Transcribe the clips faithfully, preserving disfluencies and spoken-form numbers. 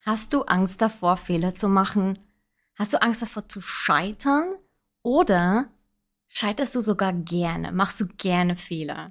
Hast du Angst davor, Fehler zu machen? Hast du Angst davor zu scheitern? Oder scheiterst du sogar gerne? Machst du gerne Fehler?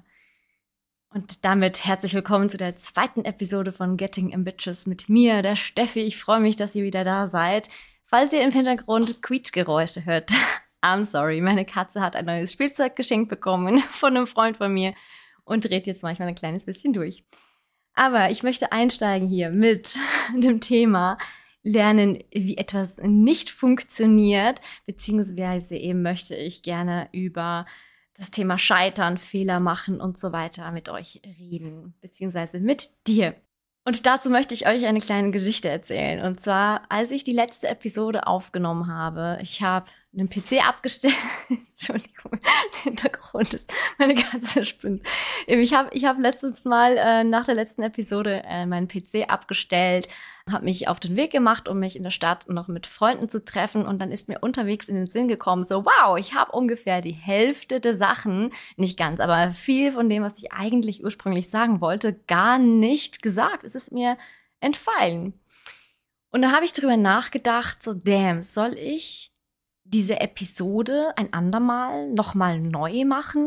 Und damit herzlich willkommen zu der zweiten Episode von Getting Ambitious mit mir, der Steffi. Ich freue mich, dass ihr wieder da seid. Falls ihr im Hintergrund Quietschgeräusche hört, I'm sorry, meine Katze hat ein neues Spielzeug geschenkt bekommen von einem Freund von mir und dreht jetzt manchmal ein kleines bisschen durch. Aber ich möchte einsteigen hier mit dem Thema Lernen, wie etwas nicht funktioniert, beziehungsweise eben möchte ich gerne über das Thema Scheitern, Fehler machen und so weiter mit euch reden, beziehungsweise mit dir. Und dazu möchte ich euch eine kleine Geschichte erzählen. Und zwar, als ich die letzte Episode aufgenommen habe, ich habe einen P C abgestellt. Entschuldigung, im Hintergrund ist meine Katze spinnt. Ich habe ich hab letztes Mal äh, nach der letzten Episode äh, meinen P C abgestellt, habe mich auf den Weg gemacht, um mich in der Stadt noch mit Freunden zu treffen. Und dann ist mir unterwegs in den Sinn gekommen, so wow, ich habe ungefähr die Hälfte der Sachen, nicht ganz, aber viel von dem, was ich eigentlich ursprünglich sagen wollte, gar nicht gesagt. Es ist mir entfallen. Und dann habe ich drüber nachgedacht, so damn, soll ich diese Episode ein andermal nochmal neu machen?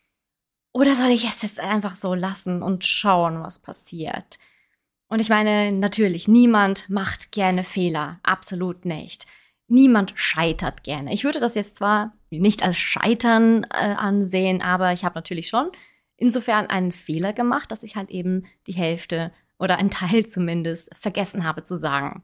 Oder soll ich es jetzt einfach so lassen und schauen, was passiert? Und ich meine, natürlich, niemand macht gerne Fehler. Absolut nicht. Niemand scheitert gerne. Ich würde das jetzt zwar nicht als Scheitern äh, ansehen, aber ich habe natürlich schon insofern einen Fehler gemacht, dass ich halt eben die Hälfte oder einen Teil zumindest vergessen habe zu sagen.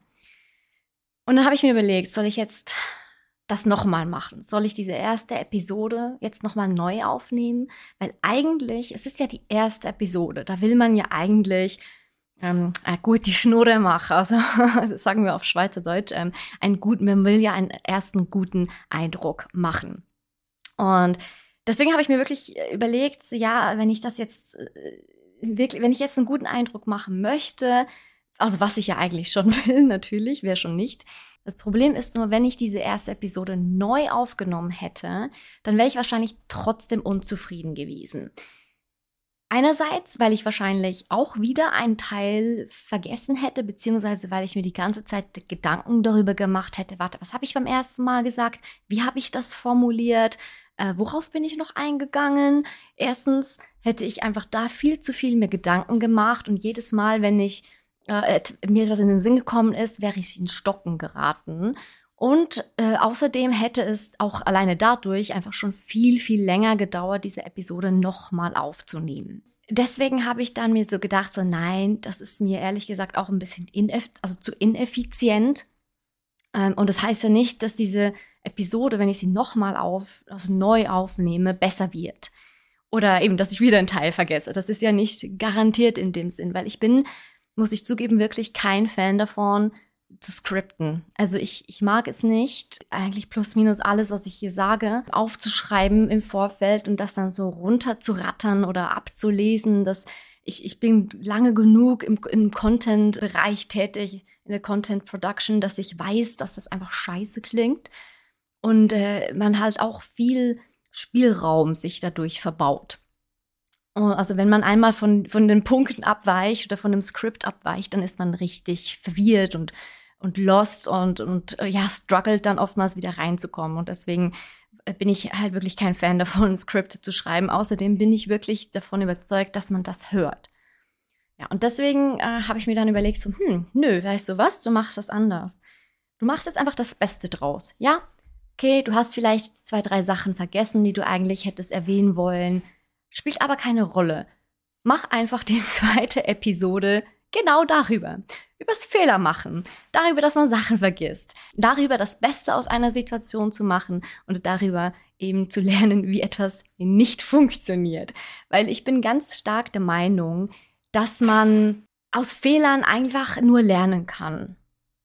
Und dann habe ich mir überlegt, soll ich jetzt das nochmal machen? Soll ich diese erste Episode jetzt nochmal neu aufnehmen? Weil eigentlich, es ist ja die erste Episode, da will man ja eigentlich ähm, äh, gut die Schnurre machen, also, also sagen wir auf Schweizerdeutsch, ähm, ein gut, man will ja einen ersten guten Eindruck machen. Und deswegen habe ich mir wirklich überlegt, so, ja, wenn ich das jetzt äh, wirklich, wenn ich jetzt einen guten Eindruck machen möchte, also was ich ja eigentlich schon will, natürlich, wer schon nicht. Das Problem ist nur, wenn ich diese erste Episode neu aufgenommen hätte, dann wäre ich wahrscheinlich trotzdem unzufrieden gewesen. Einerseits, weil ich wahrscheinlich auch wieder einen Teil vergessen hätte, beziehungsweise weil ich mir die ganze Zeit Gedanken darüber gemacht hätte, warte, was habe ich beim ersten Mal gesagt? Wie habe ich das formuliert? Äh, worauf bin ich noch eingegangen? Erstens hätte ich einfach da viel zu viel mir Gedanken gemacht und jedes Mal, wenn ich äh, mir etwas in den Sinn gekommen ist, wäre ich in Stocken geraten. Und äh, außerdem hätte es auch alleine dadurch einfach schon viel, viel länger gedauert, diese Episode nochmal aufzunehmen. Deswegen habe ich dann mir so gedacht, so nein, das ist mir ehrlich gesagt auch ein bisschen ineff- also zu ineffizient. Ähm, und das heißt ja nicht, dass diese Episode, wenn ich sie nochmal auf, also neu aufnehme, besser wird. Oder eben, dass ich wieder einen Teil vergesse. Das ist ja nicht garantiert in dem Sinn, weil ich bin, muss ich zugeben, wirklich kein Fan davon, zu skripten. Also ich, ich mag es nicht, eigentlich plus minus alles, was ich hier sage, aufzuschreiben im Vorfeld und das dann so runterzurattern oder abzulesen. Dass ich, ich bin lange genug im, im Content-Bereich tätig, in der Content-Production, dass ich weiß, dass das einfach scheiße klingt. Und äh, man halt auch viel Spielraum sich dadurch verbaut. Also wenn man einmal von, von den Punkten abweicht oder von dem Skript abweicht, dann ist man richtig verwirrt und, und lost und, und ja, struggelt dann oftmals wieder reinzukommen. Und deswegen bin ich halt wirklich kein Fan davon, Skripte zu schreiben. Außerdem bin ich wirklich davon überzeugt, dass man das hört. Ja, und deswegen äh, habe ich mir dann überlegt, so, hm, nö, weißt du was, du machst das anders. Du machst jetzt einfach das Beste draus, ja? Okay, du hast vielleicht zwei, drei Sachen vergessen, die du eigentlich hättest erwähnen wollen. Spielt aber keine Rolle. Mach einfach die zweite Episode genau darüber. Übers Fehler machen. Darüber, dass man Sachen vergisst. Darüber, das Beste aus einer Situation zu machen und darüber eben zu lernen, wie etwas nicht funktioniert. Weil ich bin ganz stark der Meinung, dass man aus Fehlern einfach nur lernen kann.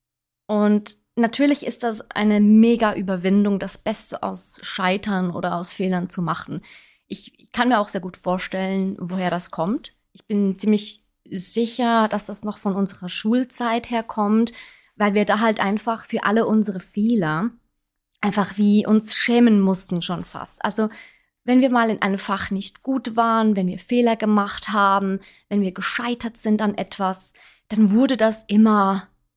Und natürlich ist das eine mega Überwindung, das Beste aus Scheitern oder aus Fehlern zu machen. Ich kann mir auch sehr gut vorstellen, woher das kommt. Ich bin ziemlich sicher, dass das noch von unserer Schulzeit herkommt, weil wir da halt einfach für alle unsere Fehler einfach wie uns schämen mussten schon fast. Also wenn wir mal in einem Fach nicht gut waren, wenn wir Fehler gemacht haben, wenn wir gescheitert sind an etwas, dann wurde das immer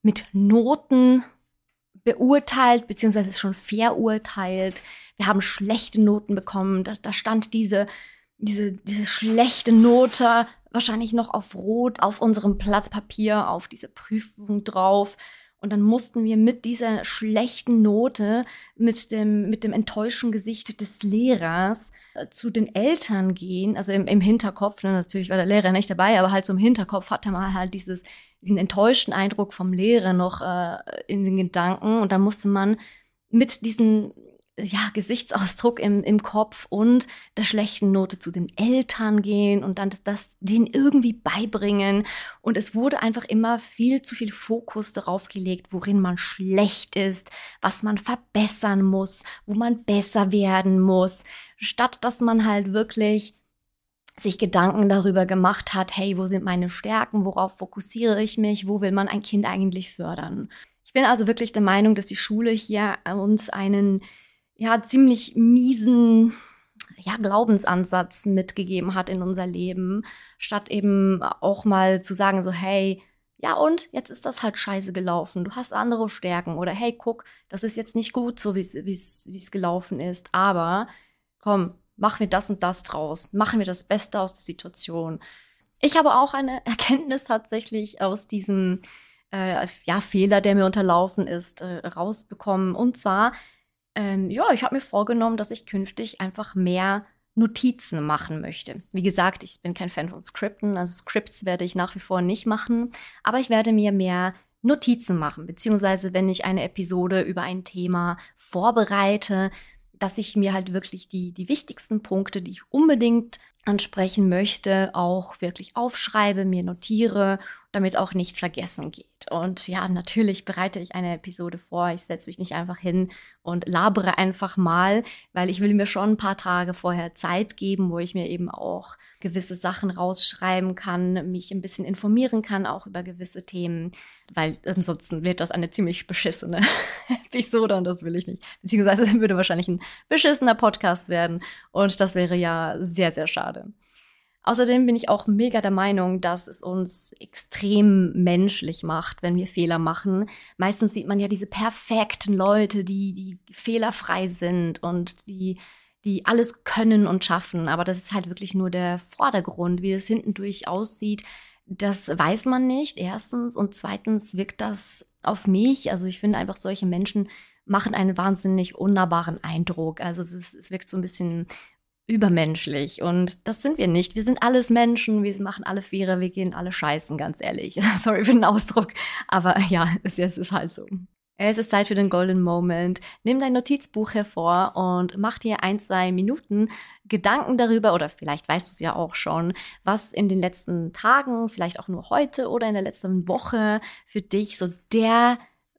mit Noten beurteilt, beziehungsweise schon verurteilt. Wir haben schlechte Noten bekommen. Da, da stand diese, diese, diese schlechte Note wahrscheinlich noch auf Rot auf unserem Blatt Papier, auf diese Prüfung drauf. Und dann mussten wir mit dieser schlechten Note, mit dem, mit dem enttäuschten Gesicht des Lehrers äh, zu den Eltern gehen. Also im, im Hinterkopf, ne, natürlich war der Lehrer nicht dabei, aber halt so im Hinterkopf hatte man halt dieses, diesen enttäuschten Eindruck vom Lehrer noch äh, in den Gedanken. Und dann musste man mit diesem ja, Gesichtsausdruck im, im Kopf und der schlechten Note zu den Eltern gehen und dann das, das denen irgendwie beibringen. Und es wurde einfach immer viel zu viel Fokus darauf gelegt, worin man schlecht ist, was man verbessern muss, wo man besser werden muss, statt dass man halt wirklich sich Gedanken darüber gemacht hat, hey, wo sind meine Stärken, worauf fokussiere ich mich, wo will man ein Kind eigentlich fördern. Ich bin also wirklich der Meinung, dass die Schule hier uns einen ja, ziemlich miesen ja, Glaubensansatz mitgegeben hat in unser Leben, statt eben auch mal zu sagen so, hey, ja und, jetzt ist das halt scheiße gelaufen, du hast andere Stärken oder hey, guck, das ist jetzt nicht gut so, wie es gelaufen ist, aber komm, machen wir das und das draus, machen wir das Beste aus der Situation. Ich habe auch eine Erkenntnis tatsächlich aus diesem äh, ja, Fehler, der mir unterlaufen ist, äh, rausbekommen und zwar Ähm, ja, ich habe mir vorgenommen, dass ich künftig einfach mehr Notizen machen möchte. Wie gesagt, ich bin kein Fan von Skripten, also Scripts werde ich nach wie vor nicht machen, aber ich werde mir mehr Notizen machen, beziehungsweise wenn ich eine Episode über ein Thema vorbereite, dass ich mir halt wirklich die, die wichtigsten Punkte, die ich unbedingt ansprechen möchte, auch wirklich aufschreibe, mir notiere, damit auch nichts vergessen geht. Und ja, natürlich bereite ich eine Episode vor. Ich setze mich nicht einfach hin und labere einfach mal, weil ich will mir schon ein paar Tage vorher Zeit geben, wo ich mir eben auch gewisse Sachen rausschreiben kann, mich ein bisschen informieren kann, auch über gewisse Themen, weil ansonsten wird das eine ziemlich beschissene Episode und das will ich nicht. Beziehungsweise würde wahrscheinlich ein beschissener Podcast werden und das wäre ja sehr, sehr schade. Außerdem bin ich auch mega der Meinung, dass es uns extrem menschlich macht, wenn wir Fehler machen. Meistens sieht man ja diese perfekten Leute, die, die fehlerfrei sind und die, die alles können und schaffen. Aber das ist halt wirklich nur der Vordergrund, wie das hintendurch aussieht. Das weiß man nicht, erstens. Und zweitens wirkt das auf mich. Also ich finde einfach, solche Menschen machen einen wahnsinnig unnahbaren Eindruck. Also es, ist, es wirkt so ein bisschen übermenschlich und das sind wir nicht. Wir sind alles Menschen, wir machen alle Fehler, wir gehen alle scheißen, ganz ehrlich. Sorry für den Ausdruck, aber ja, es, es ist halt so. Es ist Zeit für den Golden Moment. Nimm dein Notizbuch hervor und mach dir ein, zwei Minuten Gedanken darüber, oder vielleicht weißt du es ja auch schon, was in den letzten Tagen, vielleicht auch nur heute oder in der letzten Woche für dich so der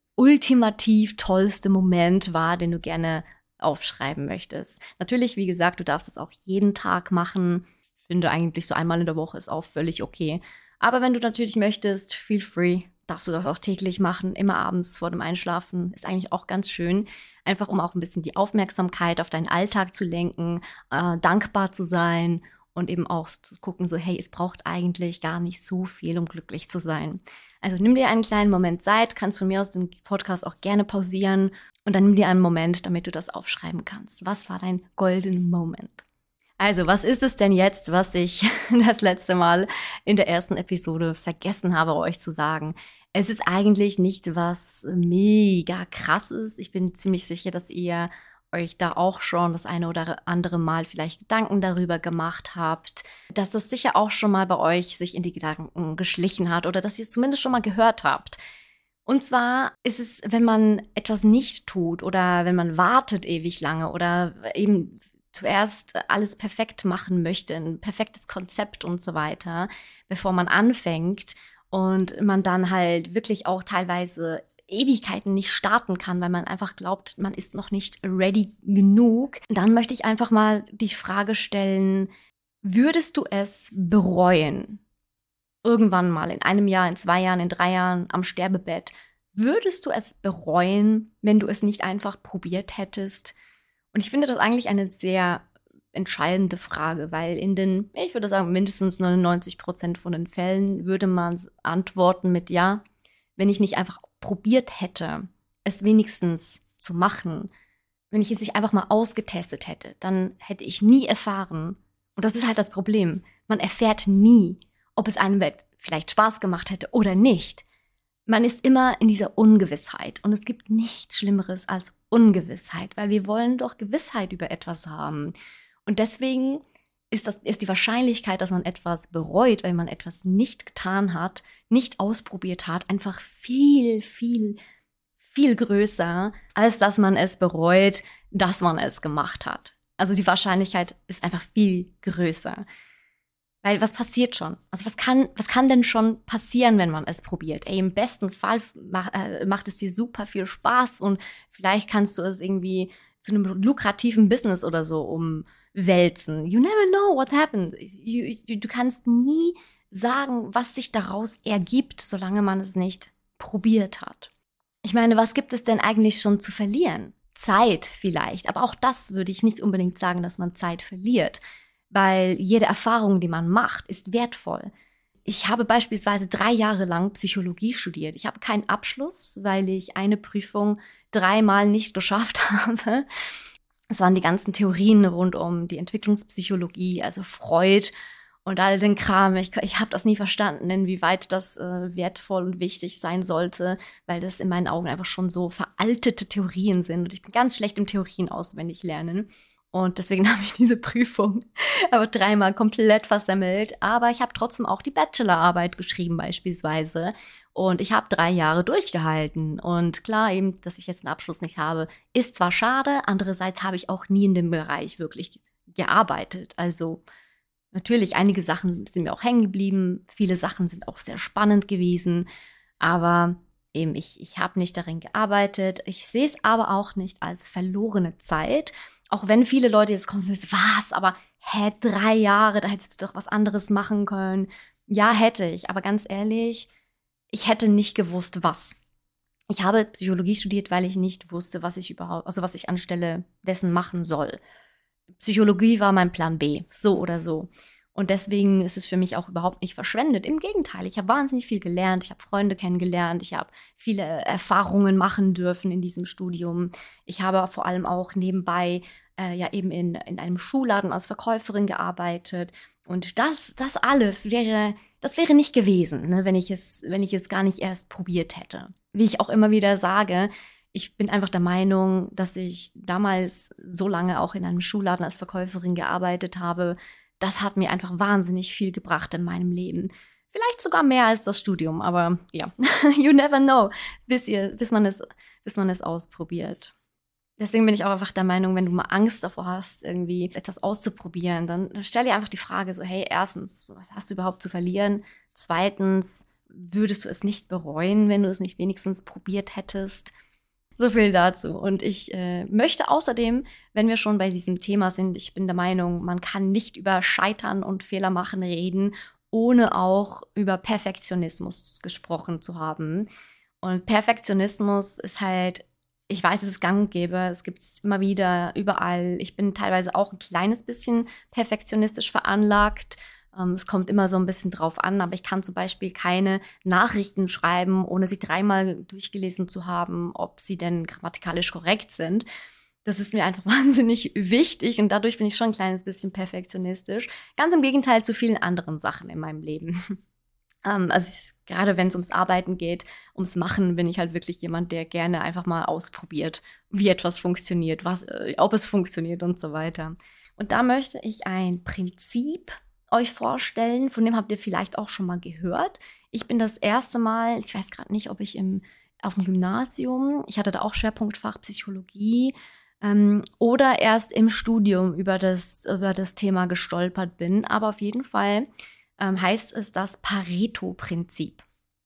ultimativ tollste Moment war, den du gerne aufschreiben möchtest. Natürlich, wie gesagt, du darfst es auch jeden Tag machen. Ich finde eigentlich so einmal in der Woche ist auch völlig okay. Aber wenn du natürlich möchtest, feel free, darfst du das auch täglich machen, immer abends vor dem Einschlafen. Ist eigentlich auch ganz schön, einfach um auch ein bisschen die Aufmerksamkeit auf deinen Alltag zu lenken, äh, dankbar zu sein und eben auch zu gucken, so hey, es braucht eigentlich gar nicht so viel, um glücklich zu sein. Also nimm dir einen kleinen Moment Zeit, kannst von mir aus den Podcast auch gerne pausieren und dann nimm dir einen Moment, damit du das aufschreiben kannst. Was war dein Golden Moment? Also, was ist es denn jetzt, was ich das letzte Mal in der ersten Episode vergessen habe, euch zu sagen? Es ist eigentlich nicht was mega krasses. Ich bin ziemlich sicher, dass ihr euch da auch schon das eine oder andere Mal vielleicht Gedanken darüber gemacht habt, dass das sicher auch schon mal bei euch sich in die Gedanken geschlichen hat oder dass ihr es zumindest schon mal gehört habt. Und zwar ist es, wenn man etwas nicht tut oder wenn man wartet ewig lange oder eben zuerst alles perfekt machen möchte, ein perfektes Konzept und so weiter, bevor man anfängt und man dann halt wirklich auch teilweise Ewigkeiten nicht starten kann, weil man einfach glaubt, man ist noch nicht ready genug, dann möchte ich einfach mal die Frage stellen, würdest du es bereuen? Irgendwann mal, in einem Jahr, in zwei Jahren, in drei Jahren, am Sterbebett, würdest du es bereuen, wenn du es nicht einfach probiert hättest? Und ich finde das eigentlich eine sehr entscheidende Frage, weil in den, ich würde sagen, mindestens neunundneunzig Prozent von den Fällen würde man antworten mit ja, wenn ich nicht einfach probiert hätte, es wenigstens zu machen, wenn ich es nicht einfach mal ausgetestet hätte, dann hätte ich nie erfahren, und das ist halt das Problem, man erfährt nie, ob es einem vielleicht Spaß gemacht hätte oder nicht. Man ist immer in dieser Ungewissheit und es gibt nichts Schlimmeres als Ungewissheit, weil wir wollen doch Gewissheit über etwas haben. Und deswegen ist, das, ist die Wahrscheinlichkeit, dass man etwas bereut, weil man etwas nicht getan hat, nicht ausprobiert hat, einfach viel, viel, viel größer, als dass man es bereut, dass man es gemacht hat. Also die Wahrscheinlichkeit ist einfach viel größer. Weil was passiert schon? Also was kann, was kann denn schon passieren, wenn man es probiert? Ey, im besten Fall mach, äh, macht es dir super viel Spaß und vielleicht kannst du es irgendwie zu einem lukrativen Business oder so umwälzen. You never know what happened. You, you, du kannst nie sagen, was sich daraus ergibt, solange man es nicht probiert hat. Ich meine, was gibt es denn eigentlich schon zu verlieren? Zeit vielleicht, aber auch das würde ich nicht unbedingt sagen, dass man Zeit verliert. Weil jede Erfahrung, die man macht, ist wertvoll. Ich habe beispielsweise drei Jahre lang Psychologie studiert. Ich habe keinen Abschluss, weil ich eine Prüfung dreimal nicht geschafft habe. Es waren die ganzen Theorien rund um die Entwicklungspsychologie, also Freud und all den Kram. Ich, ich habe das nie verstanden, inwieweit das äh, wertvoll und wichtig sein sollte, weil das in meinen Augen einfach schon so veraltete Theorien sind. Und ich bin ganz schlecht im Theorien auswendig lernen. Und deswegen habe ich diese Prüfung aber dreimal komplett versemmelt. Aber ich habe trotzdem auch die Bachelorarbeit geschrieben beispielsweise. Und ich habe drei Jahre durchgehalten. Und klar, eben, dass ich jetzt einen Abschluss nicht habe, ist zwar schade. Andererseits habe ich auch nie in dem Bereich wirklich gearbeitet. Also natürlich, einige Sachen sind mir auch hängen geblieben. Viele Sachen sind auch sehr spannend gewesen. Aber eben, ich, ich habe nicht darin gearbeitet. Ich sehe es aber auch nicht als verlorene Zeit. Auch wenn viele Leute jetzt kommen, was, aber hä, drei Jahre, da hättest du doch was anderes machen können. Ja, hätte ich, aber ganz ehrlich, ich hätte nicht gewusst, was. Ich habe Psychologie studiert, weil ich nicht wusste, was ich überhaupt, also was ich anstelle dessen machen soll. Psychologie war mein Plan B, so oder so. Und deswegen ist es für mich auch überhaupt nicht verschwendet. Im Gegenteil, ich habe wahnsinnig viel gelernt, ich habe Freunde kennengelernt, ich habe viele Erfahrungen machen dürfen in diesem Studium. Ich habe vor allem auch nebenbei äh, ja eben in, in einem Schuhladen als Verkäuferin gearbeitet. Und das, das alles wäre, das wäre nicht gewesen, ne, wenn ich es, wenn ich es gar nicht erst probiert hätte. Wie ich auch immer wieder sage, ich bin einfach der Meinung, dass ich damals so lange auch in einem Schuhladen als Verkäuferin gearbeitet habe. Das hat mir einfach wahnsinnig viel gebracht in meinem Leben. Vielleicht sogar mehr als das Studium, aber ja, you never know, bis, ihr, bis, man es, bis man es ausprobiert. Deswegen bin ich auch einfach der Meinung, wenn du mal Angst davor hast, irgendwie etwas auszuprobieren, dann stell dir einfach die Frage so, hey, erstens, was hast du überhaupt zu verlieren? Zweitens, würdest du es nicht bereuen, wenn du es nicht wenigstens probiert hättest? So viel dazu. Und ich äh, möchte außerdem, wenn wir schon bei diesem Thema sind, ich bin der Meinung, man kann nicht über Scheitern und Fehler machen reden, ohne auch über Perfektionismus gesprochen zu haben. Und Perfektionismus ist halt, ich weiß, es ist gang und gäbe, es gibt es immer wieder, überall. Ich bin teilweise auch ein kleines bisschen perfektionistisch veranlagt. Es kommt immer so ein bisschen drauf an, aber ich kann zum Beispiel keine Nachrichten schreiben, ohne sie dreimal durchgelesen zu haben, ob sie denn grammatikalisch korrekt sind. Das ist mir einfach wahnsinnig wichtig und dadurch bin ich schon ein kleines bisschen perfektionistisch. Ganz im Gegenteil zu vielen anderen Sachen in meinem Leben. ähm, also ich, gerade wenn es ums Arbeiten geht, ums Machen, bin ich halt wirklich jemand, der gerne einfach mal ausprobiert, wie etwas funktioniert, was, äh, ob es funktioniert und so weiter. Und da möchte ich ein Prinzip euch vorstellen, von dem habt ihr vielleicht auch schon mal gehört. Ich bin das erste Mal, ich weiß gerade nicht, ob ich im, auf dem Gymnasium, ich hatte da auch Schwerpunktfach Psychologie, ähm, oder erst im Studium über das, über das Thema gestolpert bin. Aber auf jeden Fall ähm, heißt es das Pareto-Prinzip.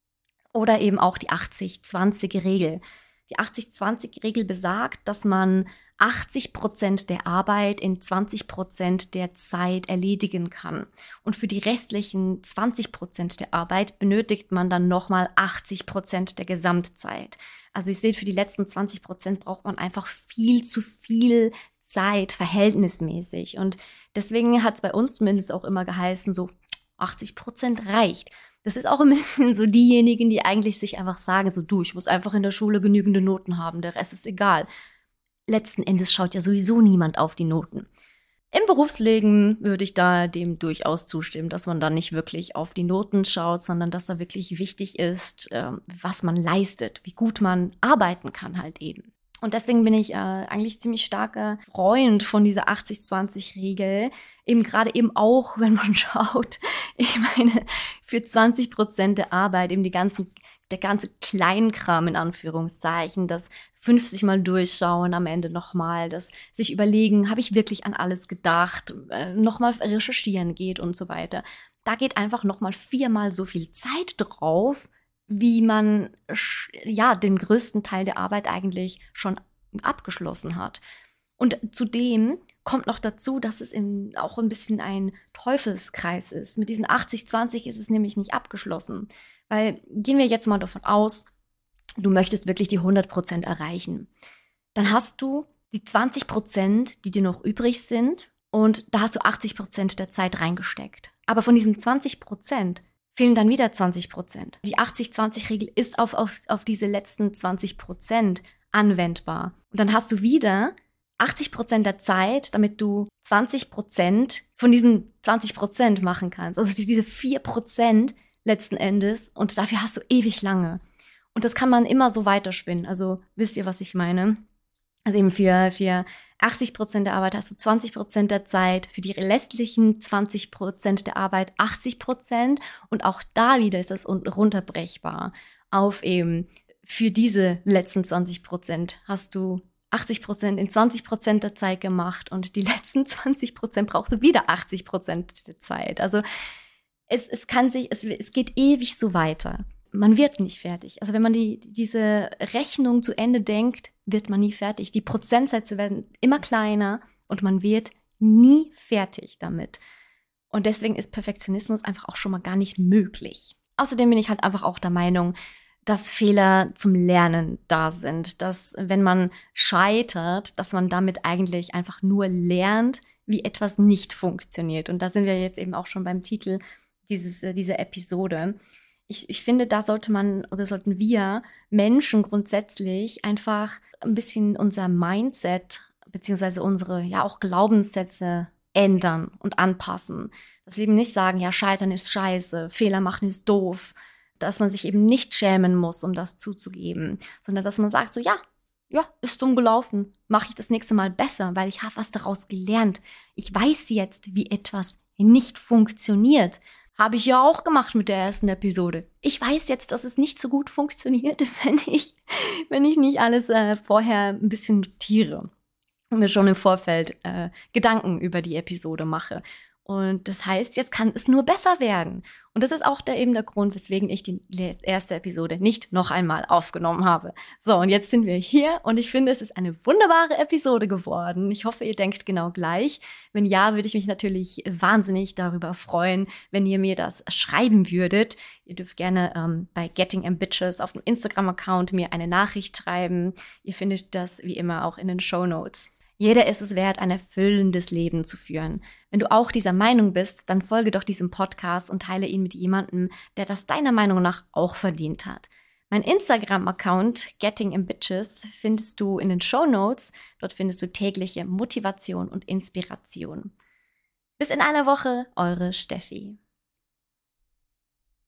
Oder eben auch die achtzig zwanzig Regel. Die achtzig zwanzig Regel besagt, dass man achtzig Prozent der Arbeit in zwanzig Prozent der Zeit erledigen kann. Und für die restlichen zwanzig Prozent der Arbeit benötigt man dann nochmal achtzig Prozent der Gesamtzeit. Also ihr seht, für die letzten zwanzig Prozent braucht man einfach viel zu viel Zeit, verhältnismäßig. Und deswegen hat es bei uns zumindest auch immer geheißen, so achtzig Prozent reicht. Das ist auch ein bisschen so diejenigen, die eigentlich sich einfach sagen, so du, ich muss einfach in der Schule genügende Noten haben, der Rest ist egal. Letzten Endes schaut ja sowieso niemand auf die Noten. Im Berufsleben würde ich da dem durchaus zustimmen, dass man da nicht wirklich auf die Noten schaut, sondern dass da wirklich wichtig ist, äh, was man leistet, wie gut man arbeiten kann halt eben. Und deswegen bin ich äh, eigentlich ziemlich starker Freund von dieser achtzig zwanzig Regel. Eben gerade eben auch, wenn man schaut, ich meine, für zwanzig Prozent der Arbeit, eben die ganzen, der ganze Kleinkram in Anführungszeichen, das fünfzig Mal durchschauen am Ende nochmal, das sich überlegen, habe ich wirklich an alles gedacht, äh, nochmal recherchieren geht und so weiter. Da geht einfach nochmal viermal so viel Zeit drauf, wie man ja den größten Teil der Arbeit eigentlich schon abgeschlossen hat. Und zudem kommt noch dazu, dass es in, auch ein bisschen ein Teufelskreis ist. Mit diesen achtzig zwanzig ist es nämlich nicht abgeschlossen. Weil gehen wir jetzt mal davon aus, du möchtest wirklich die hundert Prozent erreichen. Dann hast du die zwanzig Prozent, die dir noch übrig sind, und da hast du achtzig Prozent der Zeit reingesteckt. Aber von diesen zwanzig Prozent fehlen dann wieder zwanzig Prozent. Die achtzig zwanzig Regel ist auf, auf, auf diese letzten zwanzig Prozent anwendbar. Und dann hast du wieder achtzig Prozent der Zeit, damit du zwanzig Prozent von diesen zwanzig Prozent machen kannst. Also diese vier Prozent letzten Endes. Und dafür hast du ewig lange. Und das kann man immer so weiterspinnen. Also wisst ihr, was ich meine? Also eben für, für achtzig Prozent der Arbeit hast du zwanzig Prozent der Zeit, für die restlichen zwanzig Prozent der Arbeit achtzig Prozent. Und auch da wieder ist das runterbrechbar auf eben für diese letzten zwanzig Prozent hast du achtzig Prozent in zwanzig Prozent der Zeit gemacht und die letzten zwanzig Prozent brauchst du wieder achtzig Prozent der Zeit. Also es, es kann sich, es, es geht ewig so weiter. Man wird nicht fertig. Also wenn man die, diese Rechnung zu Ende denkt, wird man nie fertig. Die Prozentsätze werden immer kleiner und man wird nie fertig damit. Und deswegen ist Perfektionismus einfach auch schon mal gar nicht möglich. Außerdem bin ich halt einfach auch der Meinung, dass Fehler zum Lernen da sind. Dass wenn man scheitert, dass man damit eigentlich einfach nur lernt, wie etwas nicht funktioniert. Und da sind wir jetzt eben auch schon beim Titel dieses, dieser Episode. Ich, ich finde, da sollte man oder sollten wir Menschen grundsätzlich einfach ein bisschen unser Mindset beziehungsweise unsere ja auch Glaubenssätze ändern und anpassen. Dass wir eben nicht sagen, ja, Scheitern ist scheiße, Fehler machen ist doof, dass man sich eben nicht schämen muss, um das zuzugeben, sondern dass man sagt so, ja, ja, ist dumm gelaufen, mache ich das nächste Mal besser, weil ich habe was daraus gelernt. Ich weiß jetzt, wie etwas nicht funktioniert. Habe ich ja auch gemacht mit der ersten Episode. Ich weiß jetzt, dass es nicht so gut funktioniert, wenn ich, wenn ich nicht alles äh, vorher ein bisschen notiere und mir schon im Vorfeld äh, Gedanken über die Episode mache. Und das heißt, jetzt kann es nur besser werden. Und das ist auch der, eben der Grund, weswegen ich die erste Episode nicht noch einmal aufgenommen habe. So, und jetzt sind wir hier und ich finde, es ist eine wunderbare Episode geworden. Ich hoffe, ihr denkt genau gleich. Wenn ja, würde ich mich natürlich wahnsinnig darüber freuen, wenn ihr mir das schreiben würdet. Ihr dürft gerne ähm, bei Getting Ambitious auf dem Instagram-Account mir eine Nachricht schreiben. Ihr findet das wie immer auch in den Shownotes. Jeder ist es wert, ein erfüllendes Leben zu führen. Wenn du auch dieser Meinung bist, dann folge doch diesem Podcast und teile ihn mit jemandem, der das deiner Meinung nach auch verdient hat. Mein Instagram-Account Getting Ambitious findest du in den Shownotes. Dort findest du tägliche Motivation und Inspiration. Bis in einer Woche, eure Steffi.